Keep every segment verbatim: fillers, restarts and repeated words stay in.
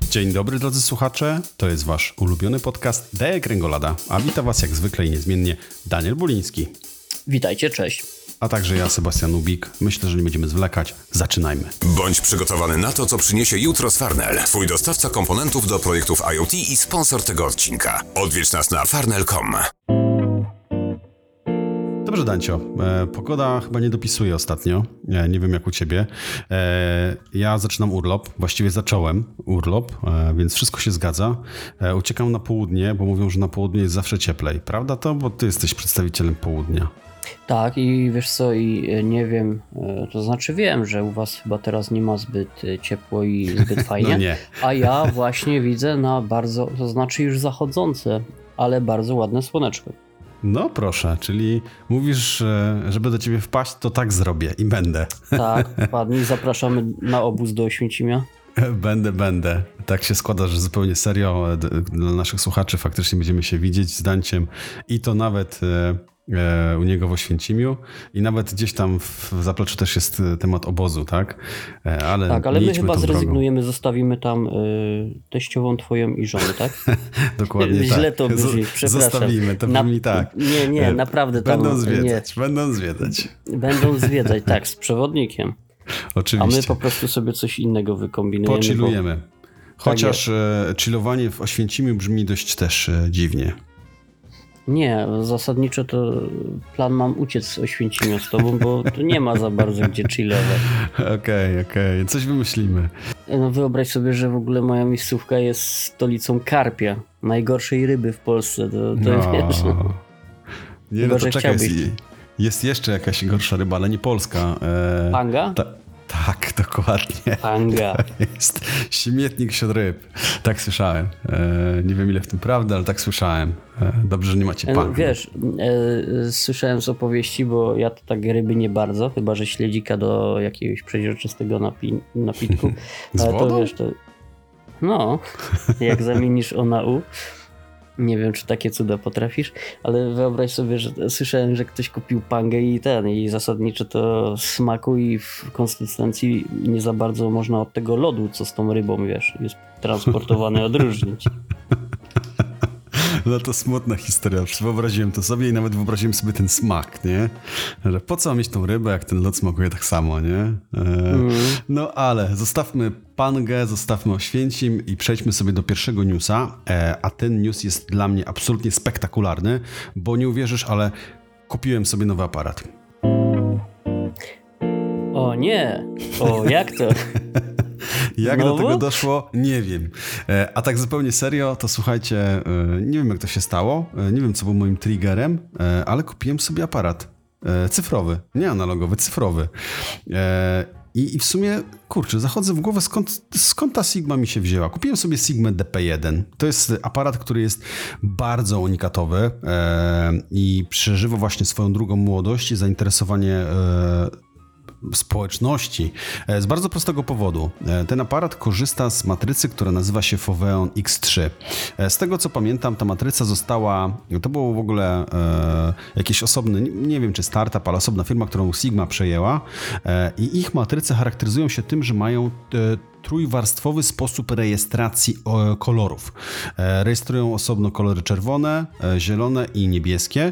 Dzień dobry drodzy słuchacze, to jest wasz ulubiony podcast Deje Kręgolada, a wita was jak zwykle i niezmiennie Daniel Buliński. Witajcie, cześć. A także ja, Sebastian Ubik. Myślę, że nie będziemy zwlekać. Zaczynajmy. Bądź przygotowany na to, co przyniesie jutro z Farnell. Twój dostawca komponentów do projektów IoT i sponsor tego odcinka. Odwiedź nas na farnell kropka com. Dobrze, Dancio. E, pogoda chyba nie dopisuje ostatnio. E, nie wiem jak u ciebie. E, ja zaczynam urlop. Właściwie zacząłem urlop, e, więc wszystko się zgadza. E, uciekam na południe, bo mówią, że na południu jest zawsze cieplej. Prawda to? Bo ty jesteś przedstawicielem południa. Tak, i wiesz co, i nie wiem, to znaczy wiem, że u was chyba teraz nie ma zbyt ciepło i zbyt fajnie, no nie. A ja właśnie widzę na bardzo, to znaczy już zachodzące, ale bardzo ładne słoneczko. No proszę, czyli mówisz, żeby do ciebie wpaść, to tak zrobię i będę. Tak, ładnie, zapraszamy na obóz do Oświęcimia. Będę, będę. Tak się składa, że zupełnie serio dla naszych słuchaczy faktycznie będziemy się widzieć z Danciem i to nawet u niego w Oświęcimiu i nawet gdzieś tam w zapleczu też jest temat obozu, tak? Ale tak, ale my chyba zrezygnujemy, drogą. Zostawimy tam y, teściową twoją i żonę, tak? Dokładnie Źle tak. to brzmi, przepraszam. Zostawimy, to Na... brzmi tak. Nie, nie, naprawdę tam... Będą zwiedzać, nie. będą zwiedzać. Będą zwiedzać, tak, z przewodnikiem. Oczywiście. A my po prostu sobie coś innego wykombinujemy. Pochillujemy. Bo... Chociaż tak chillowanie w Oświęcimiu brzmi dość też dziwnie. Nie, zasadniczo to plan mam uciec z Oświęcimia z tobą, bo tu nie ma za bardzo gdzie chillować. Okej, okay, okej, okay. Coś wymyślimy. No wyobraź sobie, że w ogóle moja miejscówka jest stolicą karpia, najgorszej ryby w Polsce, to, to no. wiesz. Nie, no to czekaj, jest, jest jeszcze jakaś gorsza ryba, ale nie polska. E, Panga? Ta, tak, dokładnie. Panga. To jest śmietnik wśród ryb. Tak słyszałem. E, nie wiem ile w tym prawdy, ale tak słyszałem. E, dobrze, że nie macie pangi. No, wiesz, e, słyszałem z opowieści, bo ja to tak ryby nie bardzo, chyba że śledzika do jakiegoś przeźroczystego napi- napitku. Z ale wodą? to wiesz, to... No, jak zamienisz o na u. Nie wiem, czy takie cuda potrafisz, ale wyobraź sobie, że słyszałem, że ktoś kupił pangę i ten, i zasadniczo to w smaku i w konsystencji nie za bardzo można od tego lodu, co z tą rybą, wiesz, jest transportowany, odróżnić. No to smutna historia. Wyobraziłem to sobie i nawet wyobraziłem sobie ten smak, nie? Że po co mieć tą rybę, jak ten lód smakuje tak samo, nie? E, mm. No ale zostawmy Pangę, zostawmy Oświęcim i przejdźmy sobie do pierwszego newsa. E, a ten news jest dla mnie absolutnie spektakularny, bo nie uwierzysz, ale kupiłem sobie nowy aparat. O nie! O, jak to? Jak Znowu? do tego doszło? Nie wiem. A tak zupełnie serio, to słuchajcie, nie wiem jak to się stało, nie wiem co był moim triggerem, ale kupiłem sobie aparat cyfrowy, nie analogowy, cyfrowy. I, I w sumie, kurczę, zachodzę w głowę, skąd, skąd ta Sigma mi się wzięła. Kupiłem sobie Sigmę D P jeden. To jest aparat, który jest bardzo unikatowy i przeżywa właśnie swoją drugą młodość i zainteresowanie społeczności z bardzo prostego powodu. Ten aparat korzysta z matrycy, która nazywa się Foveon X trzy. Z tego co pamiętam, ta matryca została, to było w ogóle e, jakiś osobny, nie wiem czy startup, ale osobna firma, którą Sigma przejęła e, i ich matryce charakteryzują się tym, że mają e, trójwarstwowy sposób rejestracji kolorów. Rejestrują osobno kolory czerwone, zielone i niebieskie.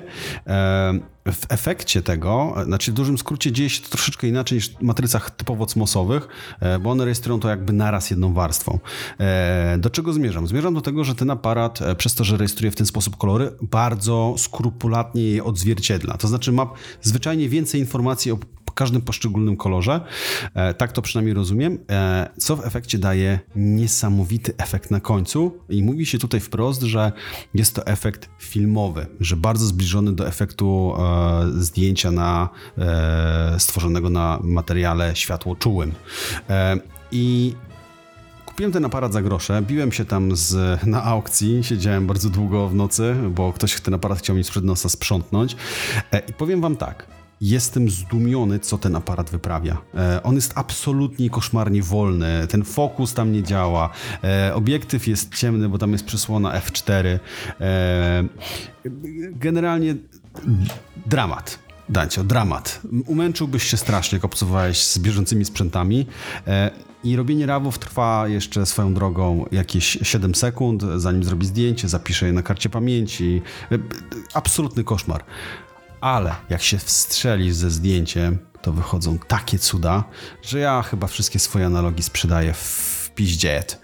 W efekcie tego, znaczy w dużym skrócie dzieje się to troszeczkę inaczej niż w matrycach typowo cmosowych, bo one rejestrują to jakby naraz jedną warstwą. Do czego zmierzam? Zmierzam do tego, że ten aparat, przez to, że rejestruje w ten sposób kolory, bardzo skrupulatnie je odzwierciedla. To znaczy ma zwyczajnie więcej informacji o każdym poszczególnym kolorze. Tak to przynajmniej rozumiem. Co w efekcie daje niesamowity efekt na końcu i mówi się tutaj wprost, że jest to efekt filmowy, że bardzo zbliżony do efektu zdjęcia na, stworzonego na materiale światłoczułym. I kupiłem ten aparat za grosze, biłem się tam z, na aukcji, siedziałem bardzo długo w nocy, bo ktoś ten aparat chciał mi sprzed nosa sprzątnąć i powiem wam tak, jestem zdumiony, co ten aparat wyprawia. E, on jest absolutnie koszmarnie wolny, ten fokus tam nie działa, e, obiektyw jest ciemny, bo tam jest przysłona F cztery. E, generalnie dramat. Dancio, dramat. Umęczyłbyś się strasznie, jak obcowałeś z bieżącymi sprzętami. E, I robienie rawów trwa jeszcze swoją drogą jakieś siedem sekund, zanim zrobi zdjęcie, zapisze je na karcie pamięci. Absolutny koszmar. Ale jak się wstrzeli ze zdjęciem, to wychodzą takie cuda, że ja chyba wszystkie swoje analogi sprzedaję w piździet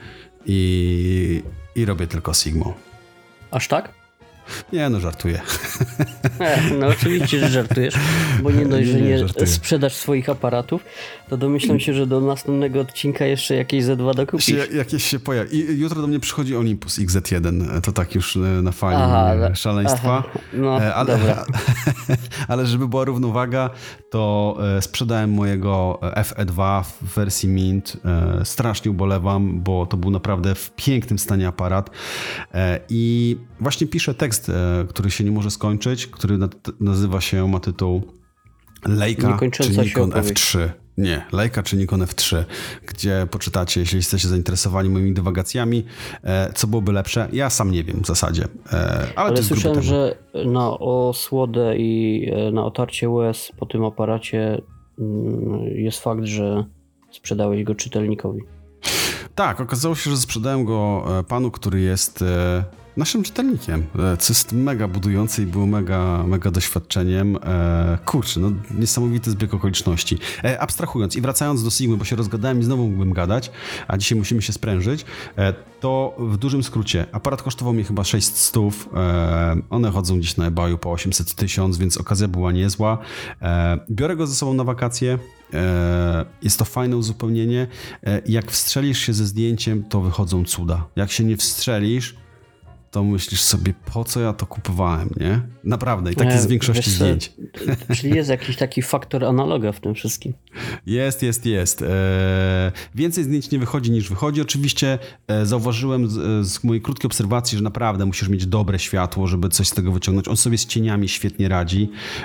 i, i robię tylko Sigmą. Aż tak? Nie, no żartuję. E, no oczywiście, że żartujesz, bo nie dość, że Nie, nie, nie żartuję. sprzedasz swoich aparatów, to domyślam się, że do następnego odcinka jeszcze jakieś Z dwa dokupisz. Ja- Jakieś się pojawi. I jutro do mnie przychodzi Olympus X Z jeden, to tak już na fali Aha, no- szaleństwa. aha, no, E, ale, dobra. ale żeby była równowaga, to e, sprzedałem mojego F E dwa w wersji Mint. E, Strasznie ubolewam, bo to był naprawdę w pięknym stanie aparat. E, I właśnie piszę tekst, e, który się nie może skończyć, który na- nazywa się, ma tytuł Leica czy Niekończąca się Nikon opowieść. F trzy. Nie, Leica czy Nikon F trzy, gdzie poczytacie, jeśli jesteście zainteresowani moimi dywagacjami, e, co byłoby lepsze. Ja sam nie wiem w zasadzie, e, ale, to Ale jest gruby słyszałem, temat. że na osłodę i e, na otarcie łez po tym aparacie mm, jest fakt, że sprzedałeś go czytelnikowi. Tak, okazało się, że sprzedałem go e, panu, który jest e, naszym czytelnikiem, e, co jest mega budujące i było mega, mega doświadczeniem. E, kurczę, no niesamowity zbieg okoliczności. E, abstrahując i wracając do Sigmy, bo się rozgadałem i znowu mógłbym gadać, a dzisiaj musimy się sprężyć, e, to w dużym skrócie, aparat kosztował mi chyba sześćset stów, e, one chodzą gdzieś na eBayu po osiemset tysiąc, więc okazja była niezła. E, biorę go ze sobą na wakacje. Jest to fajne uzupełnienie. Jak wstrzelisz się ze zdjęciem, to wychodzą cuda. Jak się nie wstrzelisz, to myślisz sobie, po co ja to kupowałem, nie? Naprawdę. I tak jest z większości Wiesz co, zdjęć. Czyli jest jakiś taki faktor analoga w tym wszystkim. Jest, jest, jest. Eee, więcej zdjęć nie wychodzi niż wychodzi. Oczywiście e, zauważyłem z, z mojej krótkiej obserwacji, że naprawdę musisz mieć dobre światło, żeby coś z tego wyciągnąć. On sobie z cieniami świetnie radzi.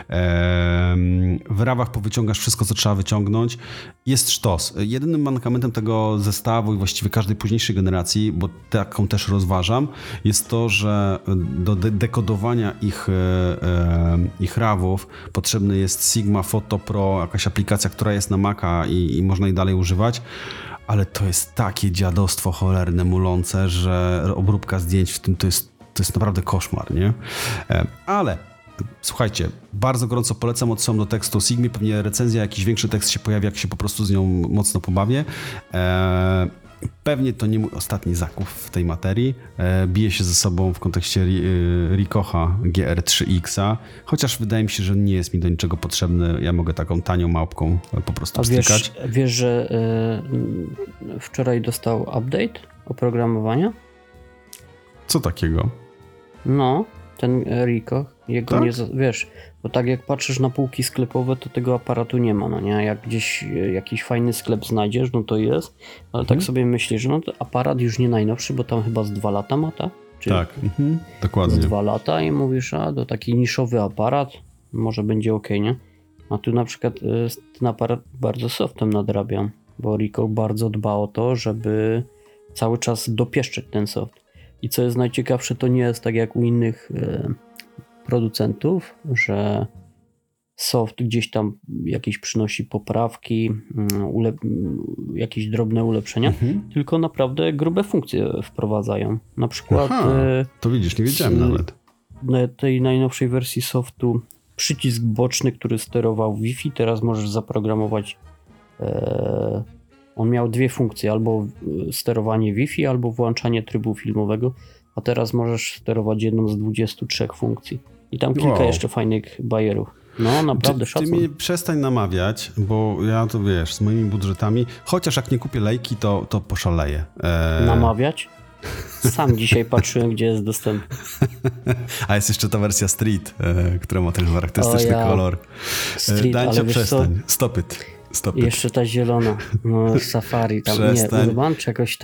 Eee, w rawach powyciągasz wszystko, co trzeba wyciągnąć. Jest sztos. Jedynym mankamentem tego zestawu i właściwie każdej późniejszej generacji, bo taką też rozważam, jest to, że do de- dekodowania ich, e, e, ich rawów potrzebny jest Sigma Photo Pro, jakaś aplikacja, która jest na Maca i, i można jej dalej używać, ale to jest takie dziadostwo cholerne, mulące, że obróbka zdjęć w tym to jest, to jest naprawdę koszmar, nie? E, ale słuchajcie, bardzo gorąco polecam, odsyłam do tekstu Sigmy, pewnie recenzja, jakiś większy tekst się pojawi, jak się po prostu z nią mocno pobawię. E, Pewnie to nie mój ostatni zakup w tej materii. E, bije się ze sobą w kontekście Ri- Ricoha G R trzy X, chociaż wydaje mi się, że nie jest mi do niczego potrzebny. Ja mogę taką tanią małpką po prostu A wiesz, wstykać. wiesz, że y, wczoraj dostał update oprogramowania? Co takiego? No, ten Ricoh, jego Tak? nie, za- wiesz, bo tak jak patrzysz na półki sklepowe, to tego aparatu nie ma, no nie? Jak gdzieś y, jakiś fajny sklep znajdziesz, no to jest, ale tak Mhm. sobie myślisz, no to aparat już nie najnowszy, bo tam chyba z dwa lata ma, tak? Czy Tak, mhm. z Dokładnie. dwa lata i mówisz, a to taki niszowy aparat, może będzie ok, nie? A tu na przykład y, ten aparat bardzo softem nadrabiam, bo Ricoh bardzo dba o to, żeby cały czas dopieszczeć ten soft. I co jest najciekawsze, to nie jest tak jak u innych y, producentów, że soft gdzieś tam jakieś przynosi poprawki, y, ule, y, jakieś drobne ulepszenia, Mhm. tylko naprawdę grube funkcje wprowadzają. Na przykład Aha, y, to widzisz, nie wiedziałem z- nawet. na tej najnowszej wersji softu przycisk boczny, który sterował Wi-Fi, teraz możesz zaprogramować. E, on miał dwie funkcje, albo e, sterowanie Wi-Fi, albo włączanie trybu filmowego, a teraz możesz sterować jedną z dwudziestu trzech funkcji. I tam kilka Wow. jeszcze fajnych bajerów. No, naprawdę Ty, ty szacun. mnie przestań namawiać, bo ja to wiesz, z moimi budżetami, chociaż jak nie kupię lejki, to, to poszaleję. Eee, Namawiać? Sam dzisiaj patrzyłem, gdzie jest dostępny. A jest jeszcze ta wersja Street, e, która ma ten charakterystyczny O ja. kolor. Street, Dancia, ale wiesz co? przestań. Stop it. Stop it. Jeszcze ta zielona, no Safari tam, Przestań. nie, Urban czy jakoś tak.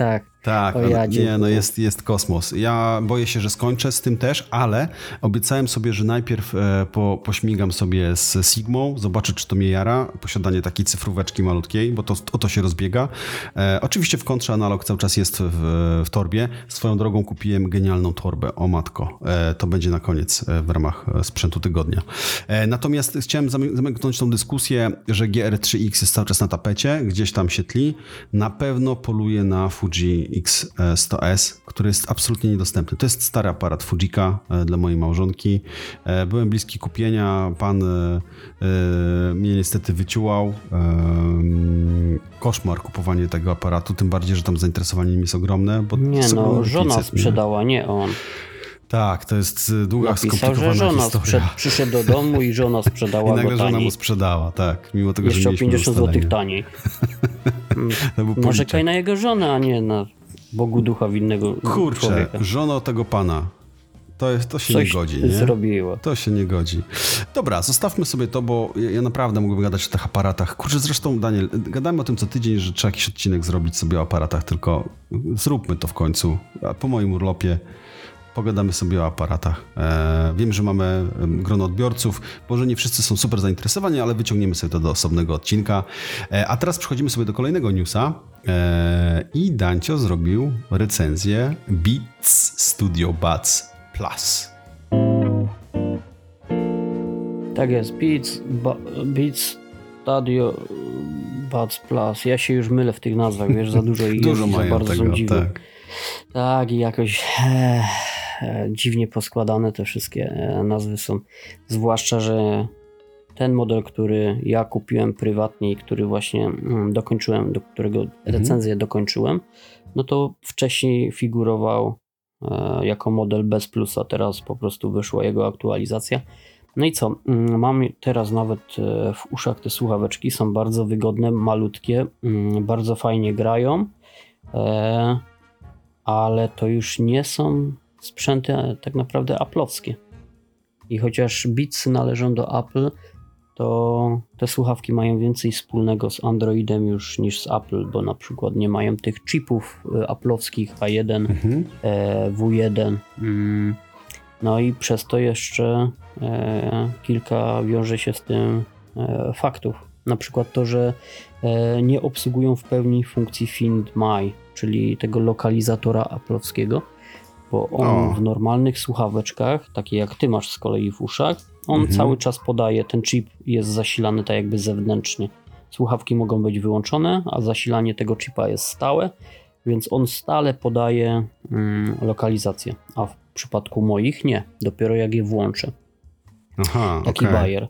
Tak, O ale ja, nie, dziękuję. no jest, jest kosmos. Ja boję się, że skończę z tym też, ale obiecałem sobie, że najpierw e, po, pośmigam sobie z Sigmą, zobaczę, czy to mnie jara, posiadanie takiej cyfróweczki malutkiej, bo to, o to się rozbiega. E, oczywiście w kontrze analog cały czas jest w, w torbie. Swoją drogą kupiłem genialną torbę, o matko. E, to będzie na koniec e, w ramach e, sprzętu tygodnia. E, natomiast chciałem zamy- zamknąć tą dyskusję, że G R trzy X jest cały czas na tapecie, gdzieś tam się tli. Na pewno poluje na Fuji X sto S, który jest absolutnie niedostępny. To jest stary aparat Fujika e, dla mojej małżonki. E, byłem bliski kupienia, pan e, e, mnie niestety wyciułał. E, koszmar kupowanie tego aparatu, tym bardziej, że tam zainteresowanie nim jest ogromne. Bo Nie są no, ogromne żona pięćset, nie? sprzedała, nie on. Tak, to jest e, długa, Napisał, że skomplikowana żona historia. sprzed, przyszedł do domu i żona I sprzedała nagle go żona taniej. mu sprzedała, tak. Mimo tego, że Jeszcze o mieliśmy pięćdziesiąt złotych ustalenie. taniej. To był Narzekaj policzek. na jego żonę, a nie na Bogu ducha winnego Kurczę, człowieka. żono tego pana. To, jest, to się Coś nie godzi, ty nie? zrobiła. To się nie godzi. Dobra, zostawmy sobie to, bo ja, ja naprawdę mógłbym gadać o tych aparatach. Kurczę, zresztą, Daniel, gadamy o tym co tydzień, że trzeba jakiś odcinek zrobić sobie o aparatach, tylko zróbmy to w końcu. A po moim urlopie pogadamy sobie o aparatach. E, wiem, że mamy em, grono odbiorców. Może nie wszyscy są super zainteresowani, ale wyciągniemy sobie to do osobnego odcinka. E, a teraz przechodzimy sobie do kolejnego newsa. E, I Dancio zrobił recenzję Beats Studio Buds Plus. Tak jest, Beats, ba, Beats Studio Buds Plus. Ja się już mylę w tych nazwach, wiesz, za dużo i Dużo za mają bardzo tego, są dziwne. tak. Tak, i jakoś e, e, dziwnie poskładane te wszystkie e, nazwy są. Zwłaszcza, że ten model, który ja kupiłem prywatnie i który właśnie mm, dokończyłem, do którego recenzję dokończyłem, no to wcześniej figurował e, jako model bez plusa. Teraz po prostu wyszła jego aktualizacja. No i co? Mm, Mam teraz nawet e, w uszach te słuchaweczki, są bardzo wygodne, malutkie, mm, bardzo fajnie grają. E, ale to już nie są sprzęty tak naprawdę Apple'owskie. I chociaż Beatsy należą do Apple, to te słuchawki mają więcej wspólnego z Androidem już niż z Apple, bo na przykład nie mają tych chipów Apple'owskich A jeden, Mhm. e, W jeden. Mm. No i przez to jeszcze e, kilka wiąże się z tym e, faktów. Na przykład to, że e, nie obsługują w pełni funkcji Find My, czyli tego lokalizatora Apple'owskiego, bo on O. w normalnych słuchaweczkach, takie jak ty masz z kolei w uszach, on Mhm. cały czas podaje, ten chip jest zasilany tak jakby zewnętrznie. Słuchawki mogą być wyłączone, a zasilanie tego chipa jest stałe, więc on stale podaje mm, lokalizację, a w przypadku moich nie, dopiero jak je włączę. Aha, Taki okej. bajer.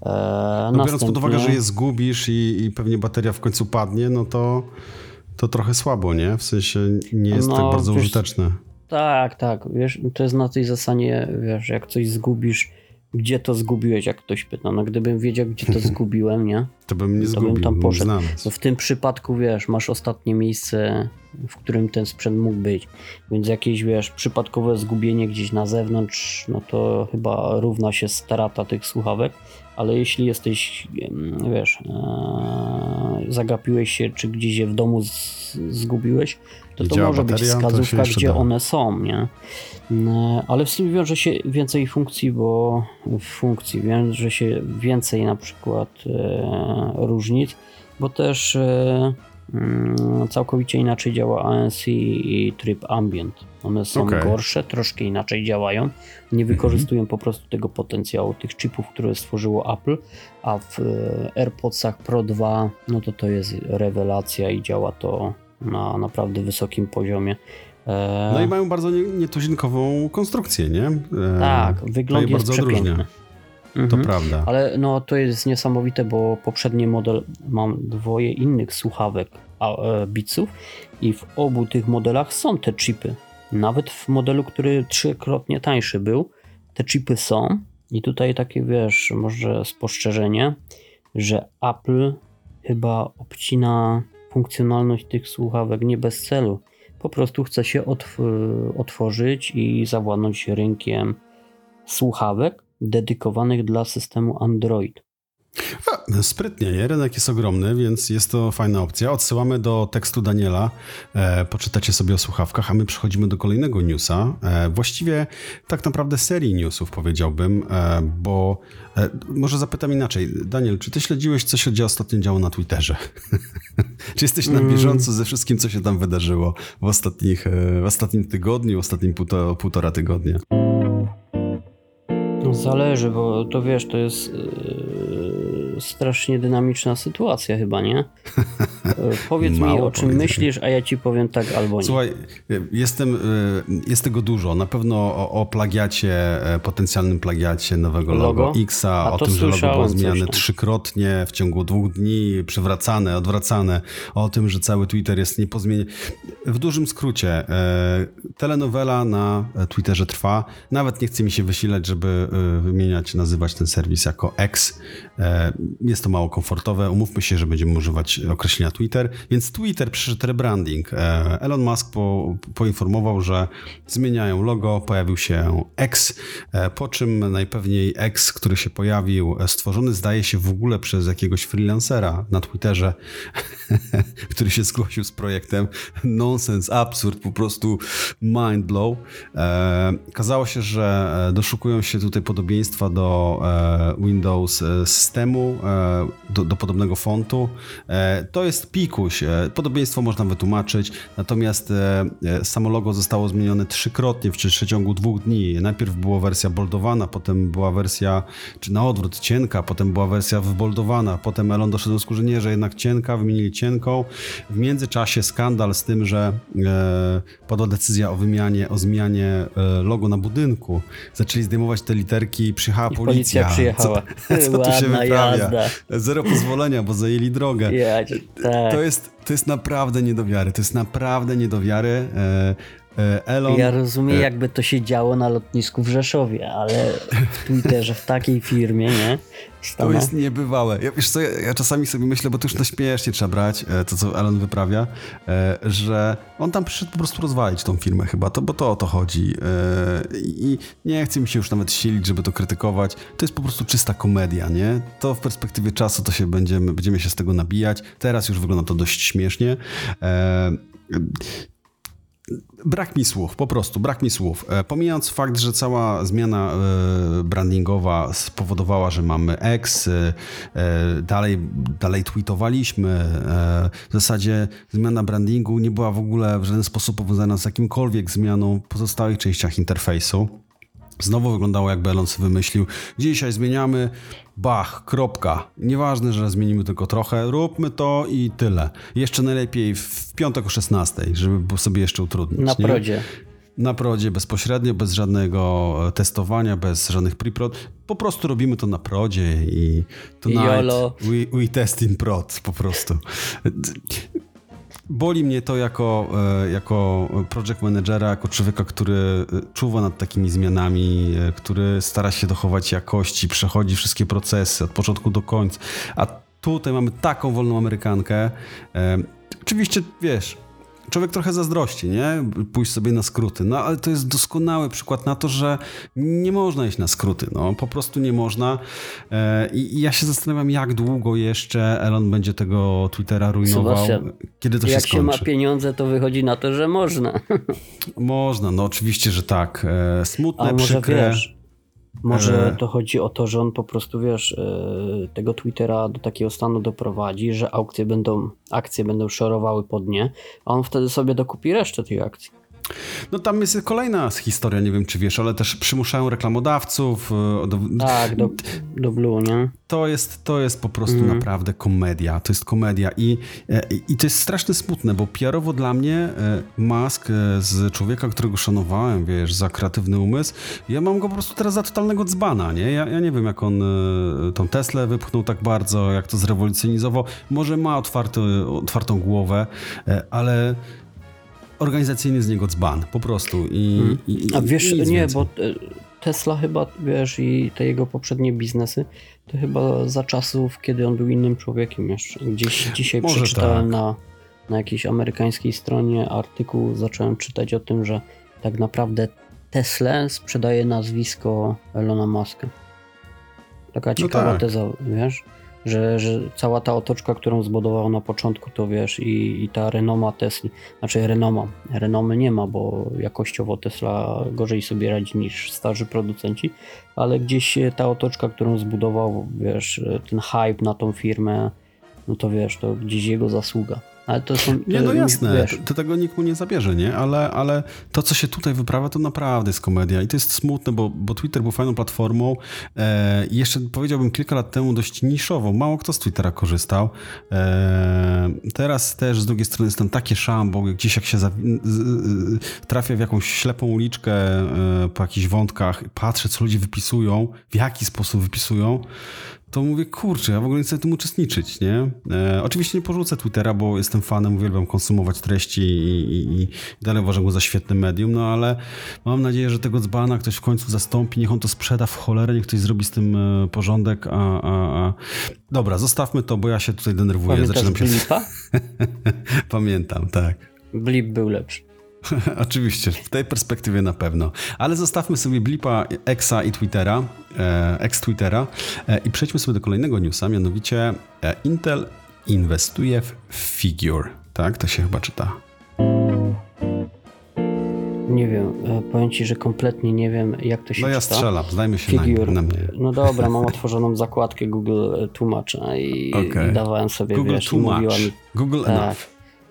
E, No, biorąc pod następnie- uwagę, że je zgubisz i, i pewnie bateria w końcu padnie, no to, to trochę słabo, nie? W sensie nie jest No, tak bardzo wiesz- użyteczne. Tak, tak, wiesz, to jest na tej zasadzie, wiesz, jak coś zgubisz, gdzie to zgubiłeś, jak ktoś pyta, no gdybym wiedział, gdzie to zgubiłem, nie? To bym nie To bym zgubił, tam bym poszedł. znalazł. To w tym przypadku, wiesz, masz ostatnie miejsce, w którym ten sprzęt mógł być, więc jakieś, wiesz, przypadkowe zgubienie gdzieś na zewnątrz, no to chyba równa się strata tych słuchawek, ale jeśli jesteś, em, wiesz, e, zagapiłeś się, czy gdzieś je w domu z, zgubiłeś, to I to działa może być bateria, to się wskazówka, jeszcze gdzie da. one są, nie? E, Ale z tym wiąże się więcej funkcji, bo w funkcji wiąże się więcej na przykład e, różnic, bo też e, mm, całkowicie inaczej działa A N C i tryb ambient. One są Okej. gorsze, troszkę inaczej działają, nie wykorzystują po prostu tego potencjału tych chipów, które stworzyło Apple, a w e, AirPodsach Pro dwa, no to to jest rewelacja i działa to na naprawdę wysokim poziomie. E, No i mają bardzo nie, nietuzinkową konstrukcję, nie? E, tak, to wygląd je jest bardzo przepiękny. odróżnia. To Mhm. prawda. Ale no to jest niesamowite, bo poprzedni model, mam dwoje innych słuchawek a, e, Beatsów i w obu tych modelach są te chipy. Nawet w modelu, który trzykrotnie tańszy był, te chipy są. I tutaj takie, wiesz, może spostrzeżenie, że Apple chyba obcina funkcjonalność tych słuchawek nie bez celu. Po prostu chce się otw- otworzyć i zawładnąć rynkiem słuchawek dedykowanych dla systemu Android. A, sprytnie, nie? Rynek jest ogromny, więc jest to fajna opcja. Odsyłamy do tekstu Daniela, e, poczytacie sobie o słuchawkach, a my przechodzimy do kolejnego newsa. E, właściwie tak naprawdę serii newsów, powiedziałbym, e, bo e, może zapytam inaczej. Daniel, czy ty śledziłeś, co się dzieje ostatnio działo na Twitterze? Czy jesteś na bieżąco ze wszystkim, co się tam wydarzyło w, ostatnich, e, w ostatnim tygodniu, w ostatnim półtora, półtora tygodnia? No zależy, bo to wiesz, to jest yy, strasznie dynamiczna sytuacja chyba, nie? Yy, powiedz Mało mi, o czym powiedz. myślisz, a ja ci powiem tak albo nie. Słuchaj, jestem, jest tego dużo. Na pewno o, o plagiacie, potencjalnym plagiacie nowego logo, Logo? Xa, A o to tym, że logo było słyszałem coś zmieniane tam. trzykrotnie w ciągu dwóch dni, przywracane, odwracane, o tym, że cały Twitter jest niepozmieniony. W dużym skrócie, e, telenowela na Twitterze trwa. Nawet nie chce mi się wysilać, żeby e, wymieniać, nazywać ten serwis jako X. E, jest to mało komfortowe. Umówmy się, że będziemy używać określenia Twitter, więc Twitter przyszedł rebranding. E, Elon Musk po, poinformował, że zmieniają logo, pojawił się X, e, po czym najpewniej X, który się pojawił, stworzony zdaje się w ogóle przez jakiegoś freelancera na Twitterze, który się zgłosił z projektem. Nonsens, absurd, po prostu mind blow. E, kazało się, że doszukują się tutaj podobieństwa do e, Windows systemu, e, do, do podobnego fontu. E, to jest pikuś. E, podobieństwo można wytłumaczyć, natomiast e, samo logo zostało zmienione trzykrotnie w przeciągu dwóch dni. Najpierw była wersja boldowana, potem była wersja, czy na odwrót, cienka, potem była wersja wyboldowana, potem Elon doszedł do wniosku, że nie, że jednak cienka, wymienili cienką. W międzyczasie skandal z tym, że e, padła decyzja o wymianie, o zmianie e, logo na budynku. Zaczęli zdejmować te literki, przyjechała I policja. policja przyjechała. Co, co tu się Ładna wyprawia? jazda. Zero pozwolenia, bo zajęli drogę. Ja, tak. To jest, to jest naprawdę nie do wiary. To jest naprawdę nie do wiary. E, e, Elon... Ja rozumiem, jakby to się działo na lotnisku w Rzeszowie, ale w Twitterze, w takiej firmie, nie? To Stanę. jest niebywałe. Ja, wiesz co, ja, ja czasami sobie myślę, bo to już na śmiesznie trzeba brać, e, to co Elon wyprawia, e, że on tam przyszedł po prostu rozwalić tą firmę chyba, to, bo to o to chodzi. E, I nie chce mi się już nawet silić, żeby to krytykować. To jest po prostu czysta komedia, nie? To w perspektywie czasu to się będziemy, będziemy się z tego nabijać. Teraz już wygląda to dość śmiesznie. E, Brak mi słów, po prostu, brak mi słów. E, pomijając fakt, że cała zmiana e, brandingowa spowodowała, że mamy X, e, dalej, dalej tweetowaliśmy, e, w zasadzie zmiana brandingu nie była w ogóle w żaden sposób powiązana z jakimkolwiek zmianą w pozostałych częściach interfejsu. Znowu wyglądało, jakby Elon sobie wymyślił, dzisiaj zmieniamy, bach, kropka. Nieważne, że zmienimy tylko trochę, róbmy to i tyle. Jeszcze najlepiej w piątek o szesnastej, żeby sobie jeszcze utrudnić. Na nie? prodzie. Na prodzie, bezpośrednio, bez żadnego testowania, bez żadnych pre-prod. Po prostu robimy to na prodzie i tonight Jolo. we, we test in prod, po prostu. Boli mnie to jako, jako project managera, jako człowieka, który czuwa nad takimi zmianami, który stara się dochować jakości, przechodzi wszystkie procesy od początku do końca. A tutaj mamy taką wolną Amerykankę. Oczywiście, wiesz, człowiek trochę zazdrości, nie? Pójść sobie na skróty. No ale to jest doskonały przykład na to, że nie można iść na skróty. No po prostu nie można. I, i ja się zastanawiam, jak długo jeszcze Elon będzie tego Twittera rujnował. Sebastian, kiedy to się jak skończy. się ma pieniądze, to wychodzi na to, że można. Można, no oczywiście, że tak. Smutne, Ale może przykre. wiesz, może E. to chodzi o to, że on po prostu, wiesz, e, tego Twittera do takiego stanu doprowadzi, że aukcje będą, akcje będą szorowały pod nie, a on wtedy sobie dokupi resztę tych akcji. No tam jest kolejna historia, nie wiem czy wiesz, ale też przymuszają reklamodawców. Do... Tak, do, do Blue, nie? To jest, to jest po prostu Mhm. naprawdę komedia. To jest komedia i, i to jest strasznie smutne, bo P R-owo dla mnie Musk z człowieka, którego szanowałem, wiesz, za kreatywny umysł, ja mam go po prostu teraz za totalnego dzbana, nie? Ja, ja nie wiem, jak on tą Teslę wypchnął tak bardzo, jak to zrewolucjonizował. Może ma otwarty, otwartą głowę, ale organizacyjny z niego dzban, po prostu. I, Hmm. i, i A wiesz, nic nie, więcej. bo e, Tesla chyba, wiesz, i te jego poprzednie biznesy, to chyba za czasów, kiedy on był innym człowiekiem jeszcze. Gdzieś dzisiaj Może przeczytałem tak. na, na jakiejś amerykańskiej stronie artykuł, zacząłem czytać o tym, że tak naprawdę Tesla sprzedaje nazwisko Elona Muska. Taka ciekawa tak. teza, wiesz? że, że cała ta otoczka, którą zbudował na początku, to wiesz, i, i ta renoma Tesli, znaczy renoma, renomy nie ma, bo jakościowo Tesla gorzej sobie radzi niż starzy producenci, ale gdzieś ta otoczka, którą zbudował, wiesz, ten hype na tą firmę, no to wiesz, to gdzieś jego zasługa. Ale to są, to, Nie, no jasne, wiesz, to tego nikt mu nie zabierze, nie? Ale, ale to, co się tutaj wyprawia, to naprawdę jest komedia. I to jest smutne, bo, bo Twitter był fajną platformą e, i jeszcze powiedziałbym kilka lat temu dość niszową. Mało kto z Twittera korzystał. E, teraz też z drugiej strony jest tam takie szambo, gdzieś jak się za, trafia w jakąś ślepą uliczkę e, po jakichś wątkach, patrzę, co ludzie wypisują, w jaki sposób wypisują, to mówię, kurczę, ja w ogóle nie chcę w tym uczestniczyć, nie? E, oczywiście nie porzucę Twittera, bo jestem fanem, uwielbiam konsumować treści i, i, i dalej uważam go za świetne medium, no ale mam nadzieję, że tego dzbana ktoś w końcu zastąpi, niech on to sprzeda w cholerę, niech ktoś zrobi z tym e, porządek, a, a, a... Dobra, zostawmy to, bo ja się tutaj denerwuję. Pamiętasz Zaczynam się... Blipa? Pamiętam, tak. Blip był lepszy. Oczywiście, w tej perspektywie na pewno. Ale zostawmy sobie Blipa, Xa i Twittera, e, ex-Twittera e, i przejdźmy sobie do kolejnego newsa, mianowicie e, Intel inwestuje w Figure. Tak, to się chyba czyta. Nie wiem, e, powiem ci, że kompletnie nie wiem, jak to się No ja czyta. strzelam, zdajmy się Figure. na, na mnie. No dobra, mam otworzoną zakładkę Google Tłumacza i, Okay. i dawałem sobie, Google wiesz, i tłumacz. mówiła mi... Google Tak. Enough.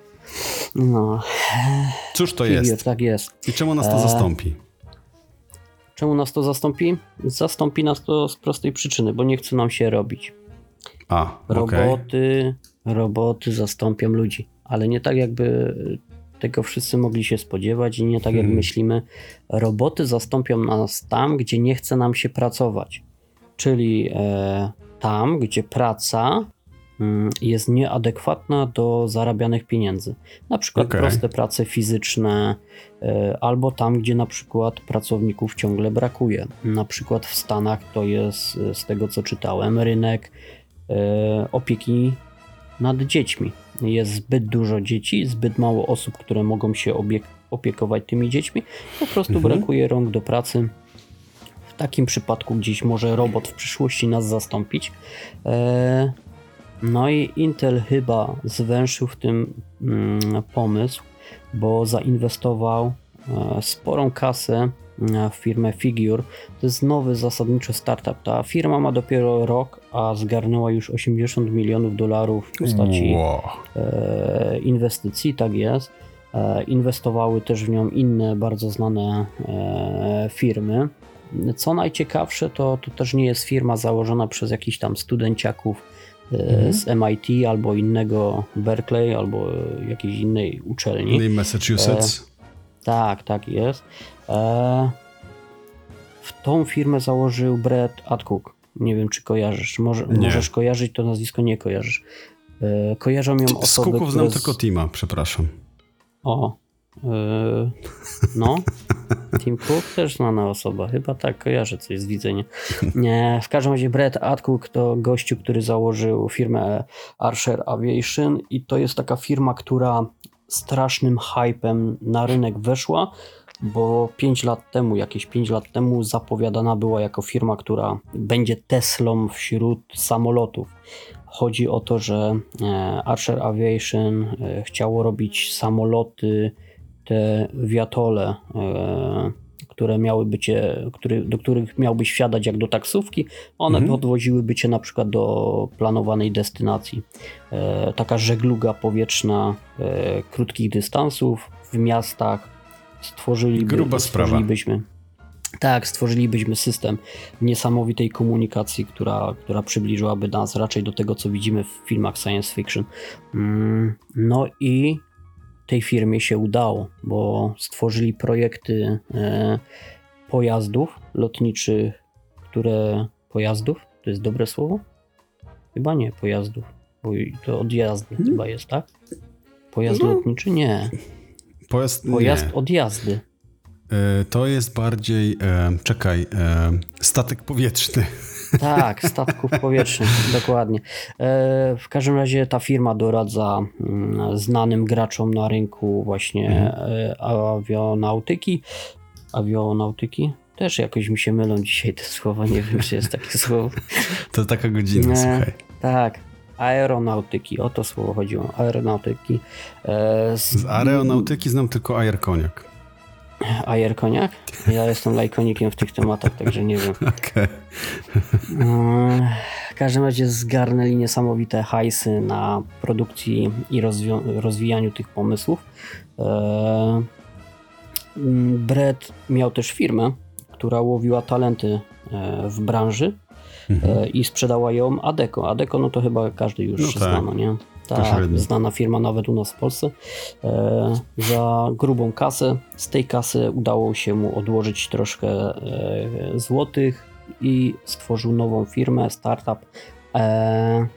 No, Cóż to Figure, jest? tak jest. I czemu nas to E, zastąpi? Czemu nas to zastąpi? Zastąpi nas to z prostej przyczyny, bo nie chce nam się robić. A, okej. Roboty, roboty zastąpią ludzi, ale nie tak jakby tego wszyscy mogli się spodziewać i nie tak jak Hmm. myślimy. Roboty zastąpią nas tam, gdzie nie chce nam się pracować, czyli e, tam, gdzie praca mm, jest nieadekwatna do zarabianych pieniędzy. Na przykład Okej. proste prace fizyczne, e, albo tam, gdzie na przykład pracowników ciągle brakuje. Na przykład w Stanach to jest, e, z tego co czytałem, rynek e, opieki nad dziećmi. Jest zbyt dużo dzieci, zbyt mało osób, które mogą się obiek- opiekować tymi dziećmi. Po prostu Mhm. brakuje rąk do pracy. W takim przypadku gdzieś może robot w przyszłości nas zastąpić. E, no i Intel chyba zwęszył w tym mm, pomysł, bo zainwestował e, sporą kasę w firmę Figure. To jest nowy zasadniczo startup. Ta firma ma dopiero rok, a zgarnęła już osiemdziesiąt milionów dolarów w postaci Wow. e, inwestycji, tak jest. E, inwestowały też w nią inne bardzo znane e, firmy. Co najciekawsze, to, to też nie jest firma założona przez jakichś tam studenciaków e, Mhm. z M I T albo innego Berkeley, albo e, jakiejś innej uczelni. Innej Massachusetts. Tak, tak jest. E, w tą firmę założył Brett Atcook. Nie wiem, czy kojarzysz. Może, Nie. możesz kojarzyć, to nazwisko nie kojarzysz. E, kojarzą ją Z osoby, Cooków które... znam z- tylko Tima, przepraszam. O. E, no. Tim Cook też znana osoba. Chyba tak, kojarzę coś z widzenia. Nie, w każdym razie Brett Atcook to gościu, który założył firmę Archer Aviation i to jest taka firma, która strasznym hypem na rynek weszła, bo pięć lat temu, jakieś pięć lat temu zapowiadana była jako firma, która będzie Teslą wśród samolotów. Chodzi o to, że e, Archer Aviation e, chciało robić samoloty, te wiatole, e, które miały cię, który, do których miałbyś wsiadać jak do taksówki, one Mhm. podwoziłyby cię na przykład do planowanej destynacji. E, taka żegluga powietrzna e, krótkich dystansów w miastach. Stworzyliby, Gruba sprawa. stworzylibyśmy, tak, stworzylibyśmy system niesamowitej komunikacji, która, która przybliżyłaby nas raczej do tego, co widzimy w filmach science fiction. Mm, no i tej firmie się udało, bo stworzyli projekty e, pojazdów lotniczych, które... Pojazdów? To jest dobre słowo? Chyba nie, pojazdów, bo to od jazdy Hmm. chyba jest, tak? Pojazd No. lotniczy? Nie. Pojazd, Pojazd nie. od jazdy. E, To jest bardziej, e, czekaj, e, statek powietrzny. Tak, statków powietrznych, dokładnie. E, w każdym razie ta firma doradza mm, znanym graczom na rynku właśnie e, awionautyki. Awionautyki? Też jakoś mi się mylą dzisiaj te słowa, nie wiem, czy jest takie słowo. To taka godzina, Nie. słuchaj. Tak, aeronautyki, o to słowo chodziło, aeronautyki. E, z Z aeronautyki znam tylko ajerkoniak. Ajerkoniak? Ja jestem lajkonikiem w tych tematach, także nie wiem. Okej. E, w każdym razie zgarnęli niesamowite hajsy na produkcji i rozwi- rozwijaniu tych pomysłów. E, Brett miał też firmę, która łowiła talenty e, w branży. Mhm. I sprzedała ją Adecco. Adecco, no to chyba każdy już no tak. znano, nie? Tak, znana firma nawet u nas w Polsce. E, za grubą kasę. Z tej kasy udało się mu odłożyć troszkę e, złotych i stworzył nową firmę, startup. E,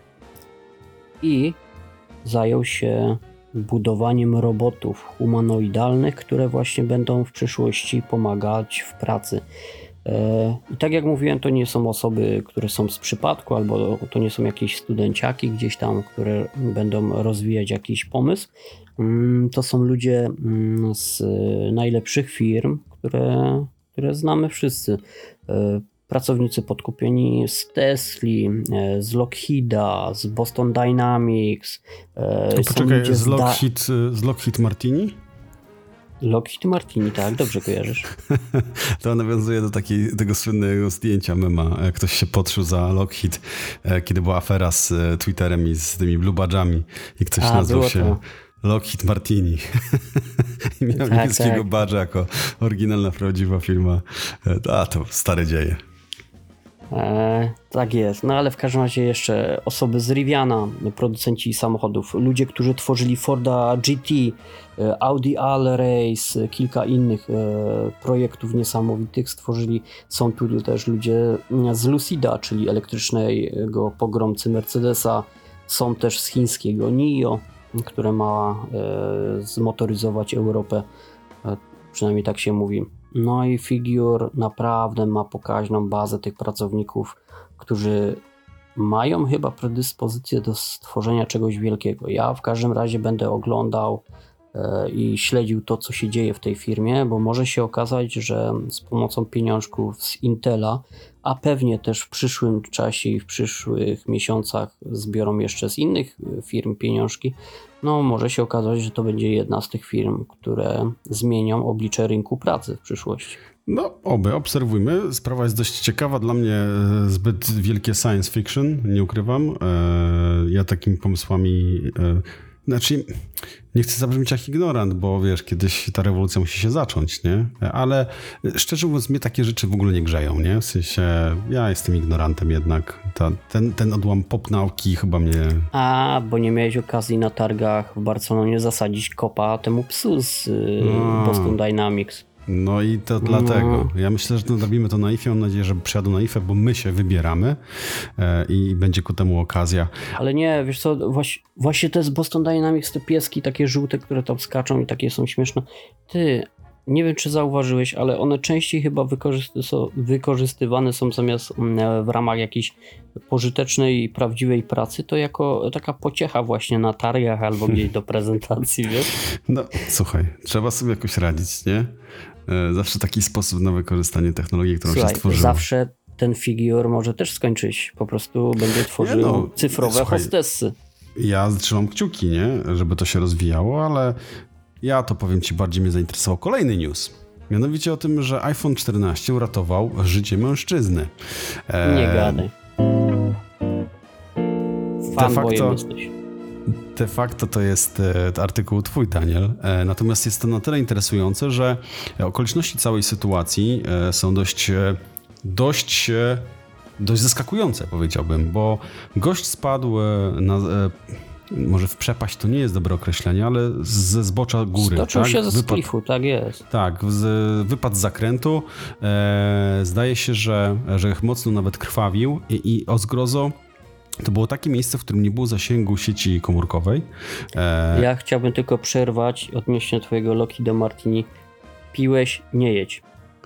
I zajął się budowaniem robotów humanoidalnych, które właśnie będą w przyszłości pomagać w pracy. I tak jak mówiłem, to nie są osoby, które są z przypadku, albo to nie są jakieś studenciaki gdzieś tam, które będą rozwijać jakiś pomysł. To są ludzie z najlepszych firm, które, które znamy wszyscy. Pracownicy podkupieni z Tesli, z Lockheeda, z Boston Dynamics. To poczekaj, z Lockheed, z Lockheed Martini? Lockheed Martini, tak, dobrze kojarzysz. To nawiązuje do takiej, tego słynnego zdjęcia mema. Ktoś się podszył za Lockheed, kiedy była afera z Twitterem i z tymi blue badge'ami i ktoś A, nazwał się to. Lockheed Martini. I miał tak, niebieskiego tak. badge'a jako oryginalna, prawdziwa firma. A, to stare dzieje. E, tak jest, no ale w każdym razie jeszcze osoby z Riviana, producenci samochodów, ludzie, którzy tworzyli Forda G T, Audi A-Race, kilka innych e, projektów niesamowitych stworzyli. Są tu też ludzie z Lucida, czyli elektrycznego pogromcy Mercedesa, są też z chińskiego NIO, które ma e, zmotoryzować Europę, e, przynajmniej tak się mówi. No i Figure naprawdę ma pokaźną bazę tych pracowników, którzy mają chyba predyspozycję do stworzenia czegoś wielkiego. Ja w każdym razie będę oglądał e, i śledził to, co się dzieje w tej firmie, bo może się okazać, że z pomocą pieniążków z Intela, a pewnie też w przyszłym czasie i w przyszłych miesiącach zbiorą jeszcze z innych firm pieniążki, no może się okazać, że to będzie jedna z tych firm, które zmienią oblicze rynku pracy w przyszłości. No, oby, obserwujmy. Sprawa jest dość ciekawa. Dla mnie zbyt wielkie science fiction, nie ukrywam. Ja takimi pomysłami... Znaczy, nie chcę zabrzmieć jak ignorant, bo wiesz, kiedyś ta rewolucja musi się zacząć, nie? Ale szczerze mówiąc, mnie takie rzeczy w ogóle nie grzeją, nie? W sensie, ja jestem ignorantem jednak. Ta, ten, ten odłam pop nauki chyba mnie... A, bo nie miałeś okazji na targach w Barcelonie zasadzić kopa temu psu z no. Boston Dynamics. No i to dlatego. Ja myślę, że nadrobimy to na I F E. Mam nadzieję, że przyjadą na I F E, bo my się wybieramy e, i będzie ku temu okazja. Ale nie, wiesz co, właśnie, właśnie te z Boston Dynamics, te pieski takie żółte, które tam skaczą i takie są śmieszne. Ty, nie wiem czy zauważyłeś, ale one częściej chyba wykorzysty są, wykorzystywane są zamiast w ramach jakiejś pożytecznej i prawdziwej pracy, to jako taka pociecha właśnie na targach albo gdzieś do prezentacji, wiesz? No słuchaj, trzeba sobie jakoś radzić, nie? Zawsze taki sposób na wykorzystanie technologii, którą Słuchaj, się stworzyło. Zawsze ten Figure może też skończyć. Po prostu będzie tworzył no, cyfrowe słuchaj, hostessy. Ja trzymam kciuki, nie? Żeby to się rozwijało, ale ja to powiem ci, bardziej mnie zainteresował kolejny news. Mianowicie o tym, że iPhone czternaście uratował życie mężczyzny. E... Nie gadaj. Fanboyem jesteś. De facto to jest e, artykuł twój, Daniel. E, natomiast jest to na tyle interesujące, że okoliczności całej sytuacji e, są dość, e, dość, e, dość zaskakujące, powiedziałbym, bo gość spadł e, na... E, może w przepaść to nie jest dobre określenie, ale ze zbocza góry. Stoczył tak? się ze sklifu, tak jest. Tak, z, wypadł z zakrętu. E, zdaje się, że, że mocno nawet krwawił i, i o zgrozo to było takie miejsce, w którym nie było zasięgu sieci komórkowej. E... Ja chciałbym tylko przerwać odnośnie twojego Lockheeda Martini. Piłeś, nie jedź.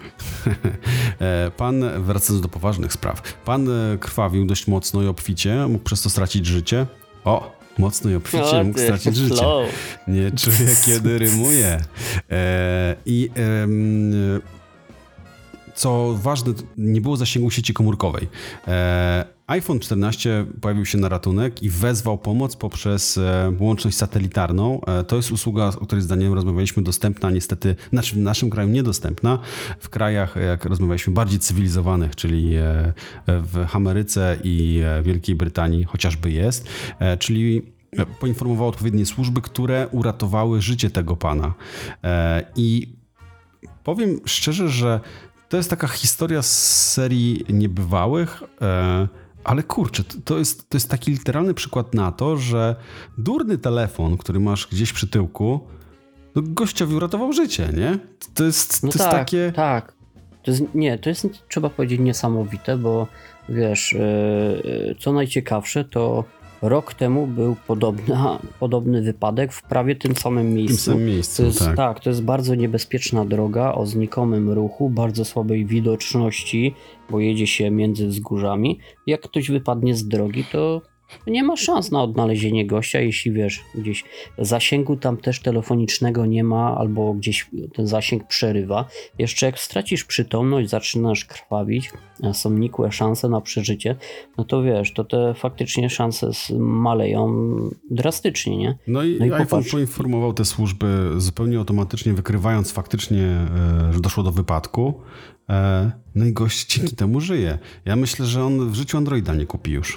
Pan, wracając do poważnych spraw, pan krwawił dość mocno i obficie, mógł przez to stracić życie. O, mocno i obficie o, mógł stracić życie. Slow. Nie czuję, kiedy rymuje. E, I e, co ważne, nie było zasięgu sieci komórkowej. E, iPhone czternaście pojawił się na ratunek i wezwał pomoc poprzez e, łączność satelitarną. E, to jest usługa, o której z Danielem rozmawialiśmy, dostępna niestety, znaczy w naszym kraju niedostępna, w krajach, jak rozmawialiśmy, bardziej cywilizowanych, czyli e, w Ameryce i e, Wielkiej Brytanii chociażby jest, e, czyli poinformował odpowiednie służby, które uratowały życie tego pana. E, I powiem szczerze, że to jest taka historia z serii niebywałych, e, ale kurczę, to jest, to jest taki literalny przykład na to, że durny telefon, który masz gdzieś przy tyłku, no gościowi uratował życie, nie? To jest, No to tak, jest takie... tak. To jest, nie, to jest, trzeba powiedzieć, niesamowite, bo wiesz, yy, co najciekawsze, to rok temu był podobna, podobny wypadek w prawie tym samym miejscu. W tym samym miejscu, to jest, tak. tak, to jest bardzo niebezpieczna droga o znikomym ruchu, bardzo słabej widoczności, bo jedzie się między wzgórzami. Jak ktoś wypadnie z drogi, to nie ma szans na odnalezienie gościa, jeśli wiesz, gdzieś zasięgu tam też telefonicznego nie ma, albo gdzieś ten zasięg przerywa. Jeszcze jak stracisz przytomność, zaczynasz krwawić, a są nikłe szanse na przeżycie, no to wiesz, to te faktycznie szanse maleją drastycznie, nie? No i, No i iPhone popatrz. poinformował te służby zupełnie automatycznie, wykrywając faktycznie, e, że doszło do wypadku. E, no i gość dzięki temu żyje. Ja myślę, że on w życiu Androida nie kupi już.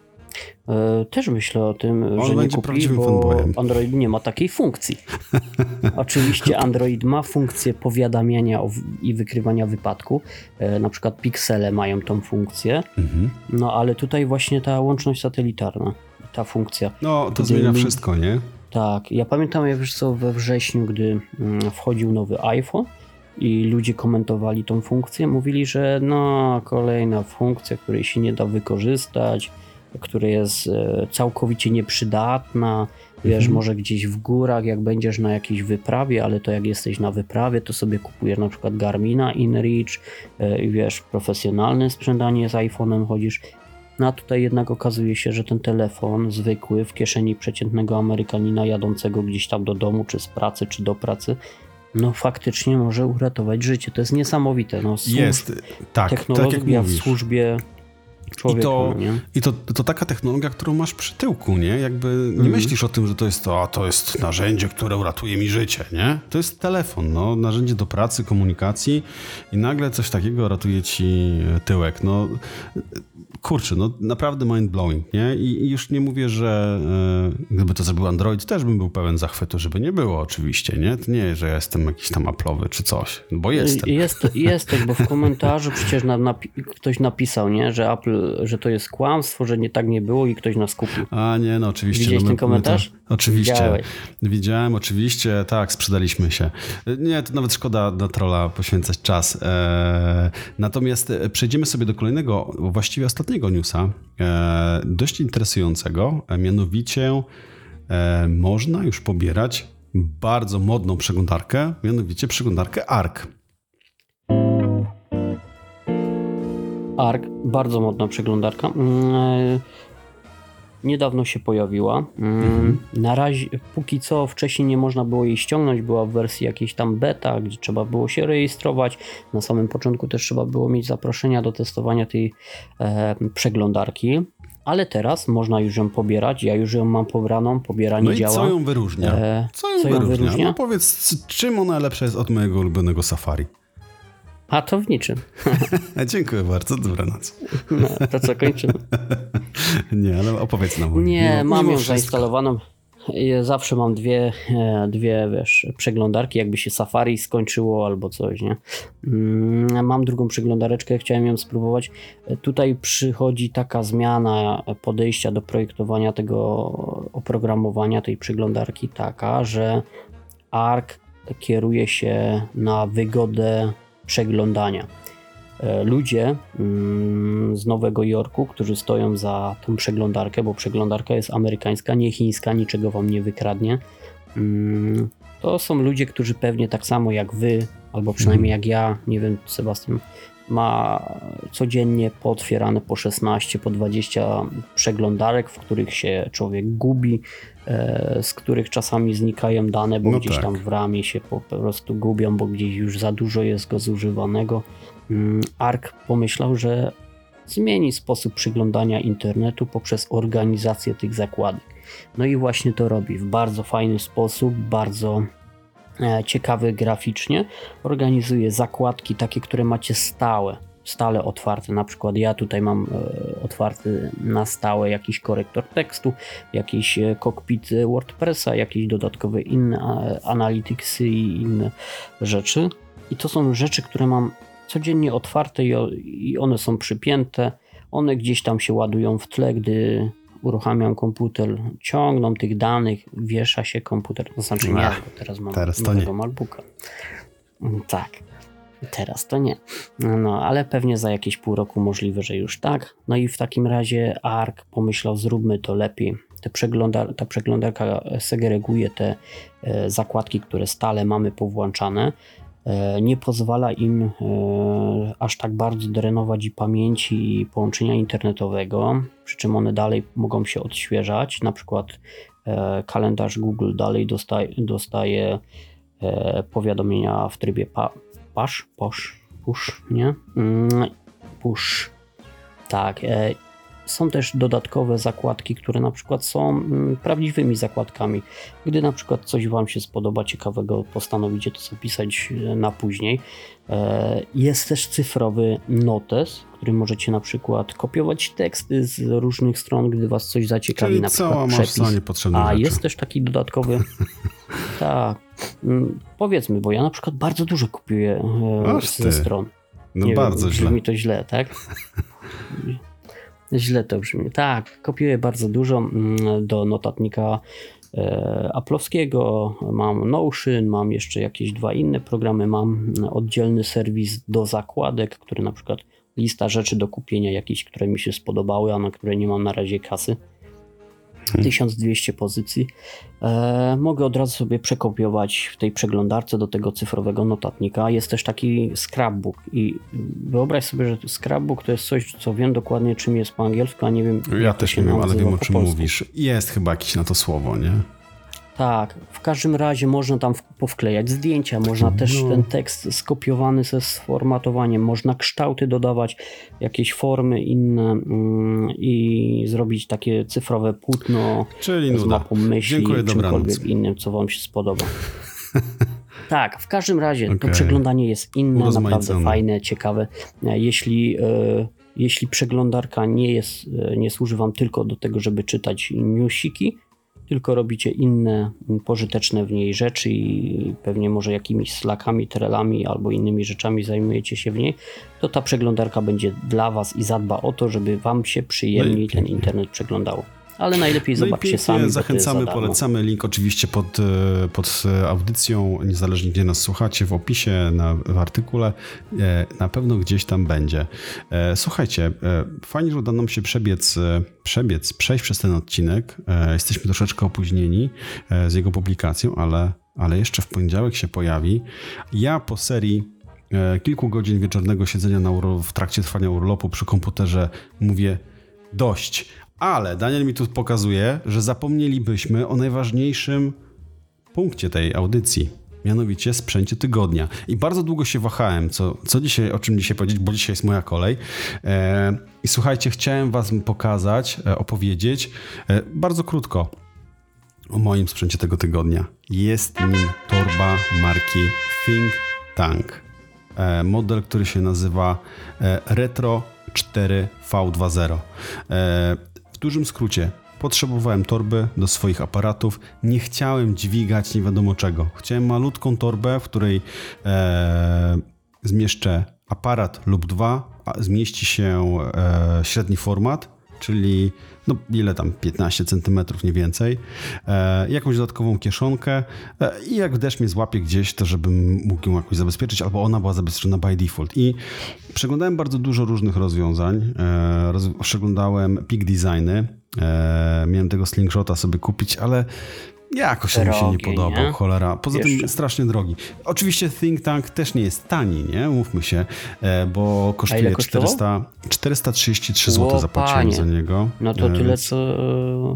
Też myślę o tym, On że nie będzie kupi, prawdziwym bo fanboyem. Android nie ma takiej funkcji. Oczywiście Android ma funkcję powiadamiania o, i wykrywania wypadku. E, na przykład piksele mają tą funkcję. Mhm. No ale tutaj właśnie ta łączność satelitarna, ta funkcja. No, to Gdy zmienia lud- wszystko, nie? Tak, ja pamiętam, jak wiesz co, we wrześniu, gdy mm, wchodził nowy iPhone i ludzie komentowali tą funkcję, mówili, że no kolejna funkcja, której się nie da wykorzystać, która jest e, całkowicie nieprzydatna, wiesz, Mhm. może gdzieś w górach, jak będziesz na jakiejś wyprawie, ale to jak jesteś na wyprawie, to sobie kupujesz na przykład Garmina InReach e, i wiesz, profesjonalne sprzętanie z iPhone'em chodzisz. No a tutaj jednak okazuje się, że ten telefon zwykły w kieszeni przeciętnego Amerykanina jadącego gdzieś tam do domu, czy z pracy, czy do pracy, no faktycznie może uratować życie. To jest niesamowite. No, służ- Jest, tak, tak jak technologia w mówisz. służbie człowieka. I to, no nie? i to, to taka technologia, którą masz przy tyłku, nie? Jakby nie Mhm. myślisz o tym, że to jest to, a to jest narzędzie, które uratuje mi życie, nie? To jest telefon, no, narzędzie do pracy, komunikacji i nagle coś takiego ratuje ci tyłek. No, kurczę, no naprawdę mind-blowing, nie? I, i już nie mówię, że e, gdyby to zrobił Android, też bym był pełen zachwytu, żeby nie było oczywiście, nie? To nie, że ja jestem jakiś tam Apple'owy czy coś, bo jestem. Jest, jesteś, bo w komentarzu przecież na, napi- ktoś napisał, nie, że Apple, że to jest kłamstwo, że nie tak nie było i ktoś nas kupił. A nie, no oczywiście. Widziałeś no, ten my- my komentarz? To, oczywiście. Widziałeś. Widziałem, oczywiście, tak, sprzedaliśmy się. Nie, to nawet szkoda na trolla poświęcać czas. E, natomiast przejdziemy sobie do kolejnego, właściwie ostatniego newsa, e, dość interesującego, a mianowicie e, można już pobierać bardzo modną przeglądarkę, mianowicie przeglądarkę Arc. Arc, bardzo modna przeglądarka. Mm, Niedawno się pojawiła. Mm, Mhm. Na razie, póki co wcześniej nie można było jej ściągnąć, była w wersji jakiejś tam beta, gdzie trzeba było się rejestrować. Na samym początku też trzeba było mieć zaproszenia do testowania tej e, przeglądarki. Ale teraz można już ją pobierać. Ja już ją mam pobraną, pobieranie No i działa. co ją wyróżnia? E, Co ją co ją wyróżnia? wyróżnia? No powiedz, czym ona lepsza jest od mojego ulubionego Safari? A to w niczym. Dziękuję bardzo, dobranoc. No, to co, kończymy? Nie, ale opowiedz nam. o niej. Nie, Mimo- mam mimo ją wszystko. zainstalowaną. Ja zawsze mam dwie, e, dwie wiesz, przeglądarki, jakby się Safari skończyło albo coś, nie? Mm, Mam drugą przeglądareczkę, chciałem ją spróbować. E, Tutaj przychodzi taka zmiana podejścia do projektowania tego oprogramowania tej przeglądarki, taka, że Arc kieruje się na wygodę przeglądania. E, Ludzie mm, z Nowego Jorku, którzy stoją za tą przeglądarkę, bo przeglądarka jest amerykańska, nie chińska, niczego wam nie wykradnie. Mm, To są ludzie, którzy pewnie tak samo jak wy, albo przynajmniej jak ja, nie wiem, Sebastian, ma codziennie pootwierane po szesnaście, po dwadzieścia przeglądarek, w których się człowiek gubi, e, z których czasami znikają dane, bo No gdzieś tak. tam w ramie się po prostu gubią, bo gdzieś już za dużo jest go zużywanego. Mm, Arc pomyślał, że zmieni sposób przyglądania internetu poprzez organizację tych zakładek. No i właśnie to robi w bardzo fajny sposób, bardzo e, ciekawy graficznie. Organizuje zakładki takie, które macie stałe, stale otwarte. Na przykład ja tutaj mam e, otwarty na stałe jakiś korektor tekstu, jakiś e, kokpit WordPressa, jakieś dodatkowe inne e, analyticsy i inne rzeczy. I to są rzeczy, które mam codziennie otwarte i, o, i one są przypięte. One gdzieś tam się ładują w tle, gdy uruchamiam komputer, ciągną tych danych, wiesza się komputer. To znaczy nie, Ach, bo teraz mam teraz to nowego nie. MacBooka. Tak. Teraz to nie. No, ale pewnie za jakieś pół roku możliwe, że już tak. No i w takim razie Arc pomyślał, zróbmy to lepiej. Te przeglądar- ta przeglądarka segreguje te e, zakładki, które stale mamy powłączane. E, nie pozwala im e, aż tak bardzo drenować i pamięci i połączenia internetowego, przy czym one dalej mogą się odświeżać. Na przykład e, kalendarz Google dalej dostaje, dostaje e, powiadomienia w trybie pa- Push, push, push, nie? Mm, push. Tak. E, są też dodatkowe zakładki, które na przykład są mm, prawdziwymi zakładkami. Gdy na przykład coś Wam się spodoba ciekawego, postanowicie to zapisać na później. E, jest też cyfrowy notes, w którym możecie na przykład kopiować teksty z różnych stron, gdy Was coś zaciekawi, Czyli na przykład cała przepis. masa niepotrzebnych A rzeczy. jest też taki dodatkowy... Tak. Mm, Powiedzmy, bo ja na przykład bardzo dużo kupuję e, Aż ze ty. stron. No Nie bardzo wiem, źle. brzmi to źle, tak? Źle to brzmi. Tak, kopiuję bardzo dużo mm, do notatnika e, Apple'owskiego. Mam Notion, mam jeszcze jakieś dwa inne programy. Mam oddzielny serwis do zakładek, który na przykład lista rzeczy do kupienia jakieś, które mi się spodobały, a na które nie mam na razie kasy. tysiąc dwieście pozycji. E, mogę od razu sobie przekopiować w tej przeglądarce do tego cyfrowego notatnika. Jest też taki scrapbook i wyobraź sobie, że scrapbook to jest coś, co wiem dokładnie czym jest po angielsku, a nie wiem Ja jak to też się nie wiem, ale nazywa wiem o po czym polsku. mówisz. Jest chyba jakieś na to słowo, nie? Tak, w każdym razie można tam w- powklejać zdjęcia, można też No. ten tekst skopiowany ze sformatowaniem, można kształty dodawać, jakieś formy inne mm, i zrobić takie cyfrowe płótno Czyli z nuda. mapą myśli, Dziękuję, dobranoc. czymkolwiek innym, co wam się spodoba. Tak, w każdym razie to Okej. przeglądanie jest inne, naprawdę Urozmaicone. fajne, ciekawe. E, Jeśli, e, jeśli przeglądarka nie jest, e, nie służy wam tylko do tego, żeby czytać newsiki, tylko robicie inne m, pożyteczne w niej rzeczy i pewnie może jakimiś slackami, trelami albo innymi rzeczami zajmujecie się w niej, to ta przeglądarka będzie dla was i zadba o to, żeby wam się przyjemniej No i ten pięknie. internet przeglądało. Ale najlepiej No i zobaczcie pięknie, sami, bo to jest za zachęcamy, darmo. polecamy. Link oczywiście pod, e, pod e, audycją, niezależnie gdzie nas słuchacie, w opisie, na, w artykule. E, Na pewno gdzieś tam będzie. E, Słuchajcie, e, fajnie, że uda nam się przebiec, e, przebiec, przejść przez ten odcinek. E, Jesteśmy troszeczkę opóźnieni e, z jego publikacją, ale, ale jeszcze w poniedziałek się pojawi. Ja po serii e, kilku godzin wieczornego siedzenia na uro- w trakcie trwania urlopu przy komputerze mówię dość. Ale Daniel mi tu pokazuje, że zapomnielibyśmy o najważniejszym punkcie tej audycji, mianowicie sprzęcie tygodnia. I bardzo długo się wahałem, co, co dzisiaj, o czym dzisiaj powiedzieć, bo dzisiaj jest moja kolej. E, I słuchajcie, chciałem was pokazać, e, opowiedzieć e, bardzo krótko o moim sprzęcie tego tygodnia. Jest nim torba marki Think Tank. E, model, który się nazywa e, Retro cztery V dwa zero. E, w dużym skrócie, potrzebowałem torby do swoich aparatów. Nie chciałem dźwigać nie wiadomo czego. Chciałem malutką torbę, w której e, zmieszczę aparat lub dwa, a zmieści się e, średni format, czyli no ile tam, piętnaście centymetrów, nie więcej, e, jakąś dodatkową kieszonkę e, i jak deszcz mnie złapie gdzieś, to żebym mógł ją jakoś zabezpieczyć, albo ona była zabezpieczona by default. I przeglądałem bardzo dużo różnych rozwiązań, e, roz, przeglądałem Peak Designy, e, miałem tego slingshota sobie kupić, ale jakoś on mi się nie Drogi, podobał, nie? cholera. Poza tym Jeszcze. strasznie drogi. Oczywiście Think Tank też nie jest tani, nie? Mówmy się, e, bo kosztuje ile kosztował? czterysta, czterysta trzydzieści trzy złote O, zapłaciłem panie. za niego. No to E, tyle więc co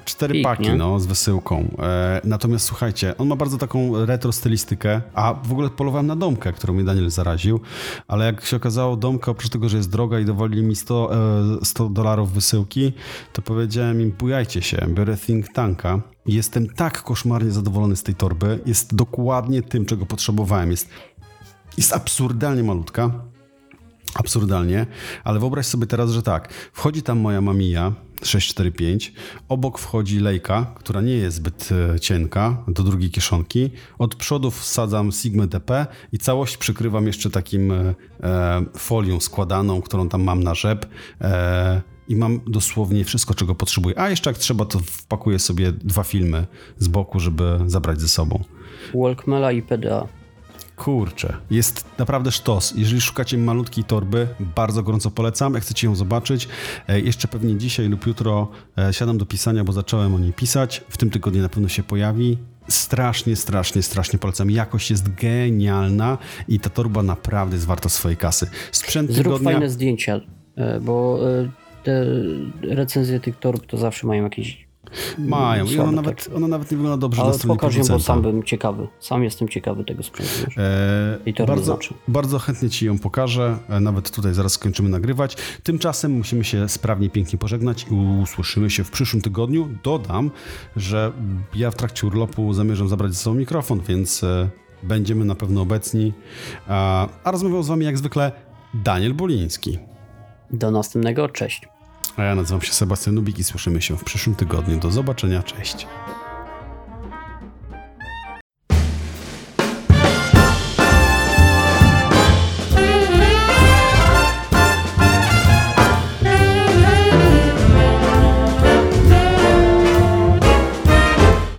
Cztery Pik, paki, nie? no, z wysyłką. E, natomiast słuchajcie, on ma bardzo taką retro stylistykę, a w ogóle polowałem na domkę, którą mnie Daniel zaraził, ale jak się okazało, domka oprócz tego, że jest droga i dowolili mi sto dolarów wysyłki, to powiedziałem im, bujajcie się, biorę think tanka i jestem tak koszmarnie zadowolony z tej torby, jest dokładnie tym, czego potrzebowałem. Jest, jest absurdalnie malutka, absurdalnie, ale wyobraź sobie teraz, że tak, wchodzi tam moja Mamiya sześć cztery pięć, obok wchodzi Leica, która nie jest zbyt e, cienka, do drugiej kieszonki, od przodu wsadzam Sigma D P i całość przykrywam jeszcze takim e, folią składaną, którą tam mam na rzep e, i mam dosłownie wszystko, czego potrzebuję. A jeszcze jak trzeba, to wpakuję sobie dwa filmy z boku, żeby zabrać ze sobą. Walkmana i P D A. Kurczę, jest naprawdę sztos. Jeżeli szukacie malutkiej torby, bardzo gorąco polecam. Jak chcecie ją zobaczyć, e, jeszcze pewnie dzisiaj lub jutro e, siadam do pisania, bo zacząłem o niej pisać. W tym tygodniu na pewno się pojawi. Strasznie, strasznie, strasznie polecam. Jakość jest genialna i ta torba naprawdę jest warta swojej kasy. Sprzęt Zrób tygodnia... fajne zdjęcia, e, bo e, te recenzje tych torb to zawsze mają jakieś Mają i słabe, ona nawet, tak. ona nawet nie wygląda dobrze na Ale stronie pokaż ją, bo producenta. sam bym ciekawy. Sam jestem ciekawy tego sprzętu. Już. E, I to bardzo, znaczy. bardzo chętnie ci ją pokażę, e, nawet tutaj zaraz skończymy nagrywać. Tymczasem musimy się sprawnie, pięknie pożegnać i usłyszymy się w przyszłym tygodniu. Dodam, że ja w trakcie urlopu zamierzam zabrać ze sobą mikrofon, więc e, będziemy na pewno obecni. A, a rozmawiał z wami jak zwykle Daniel Boliński. Do następnego, cześć. A ja nazywam się Sebastian Nubik i słyszymy się w przyszłym tygodniu. Do zobaczenia, cześć.